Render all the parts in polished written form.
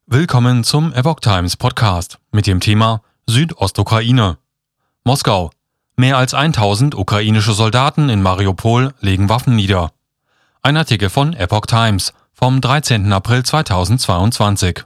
Willkommen zum Epoch Times Podcast mit dem Thema Südostukraine. Moskau. Mehr als 1000 ukrainische Soldaten in Mariupol legen Waffen nieder. Ein Artikel von Epoch Times vom 13. April 2022.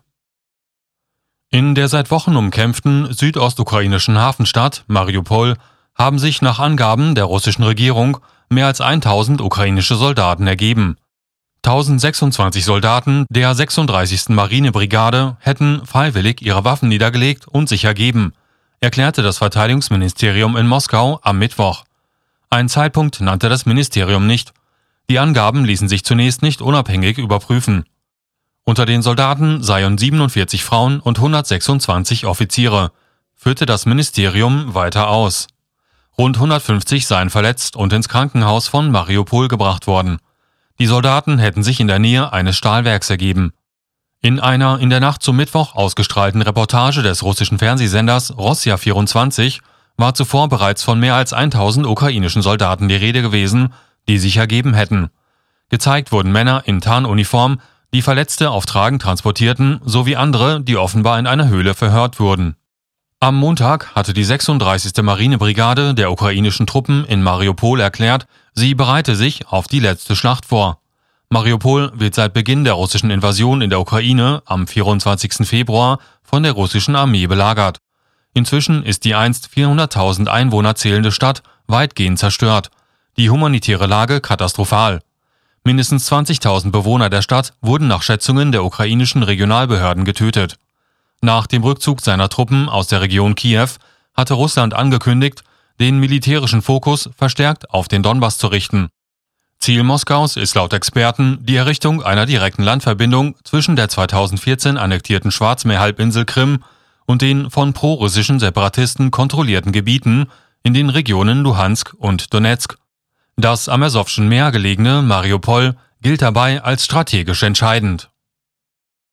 In der seit Wochen umkämpften südostukrainischen Hafenstadt Mariupol haben sich nach Angaben der russischen Regierung mehr als 1000 ukrainische Soldaten ergeben. 1026 Soldaten der 36. Marinebrigade hätten freiwillig ihre Waffen niedergelegt und sich ergeben, erklärte das Verteidigungsministerium in Moskau am Mittwoch. Einen Zeitpunkt nannte das Ministerium nicht. Die Angaben ließen sich zunächst nicht unabhängig überprüfen. Unter den Soldaten seien 47 Frauen und 126 Offiziere, führte das Ministerium weiter aus. Rund 150 seien verletzt und ins Krankenhaus von Mariupol gebracht worden. Die Soldaten hätten sich in der Nähe eines Stahlwerks ergeben. In einer in der Nacht zum Mittwoch ausgestrahlten Reportage des russischen Fernsehsenders Rossija 24 war zuvor bereits von mehr als 1000 ukrainischen Soldaten die Rede gewesen, die sich ergeben hätten. Gezeigt wurden Männer in Tarnuniform, die Verletzte auf Tragen transportierten, sowie andere, die offenbar in einer Höhle verhört wurden. Am Montag hatte die 36. Marinebrigade der ukrainischen Truppen in Mariupol erklärt, sie bereite sich auf die letzte Schlacht vor. Mariupol wird seit Beginn der russischen Invasion in der Ukraine am 24. Februar von der russischen Armee belagert. Inzwischen ist die einst 400.000 Einwohner zählende Stadt weitgehend zerstört, die humanitäre Lage katastrophal. Mindestens 20.000 Bewohner der Stadt wurden nach Schätzungen der ukrainischen Regionalbehörden getötet. Nach dem Rückzug seiner Truppen aus der Region Kiew hatte Russland angekündigt, den militärischen Fokus verstärkt auf den Donbass zu richten. Ziel Moskaus ist laut Experten die Errichtung einer direkten Landverbindung zwischen der 2014 annektierten Schwarzmeerhalbinsel Krim und den von prorussischen Separatisten kontrollierten Gebieten in den Regionen Luhansk und Donetsk. Das am Asowschen Meer gelegene Mariupol gilt dabei als strategisch entscheidend.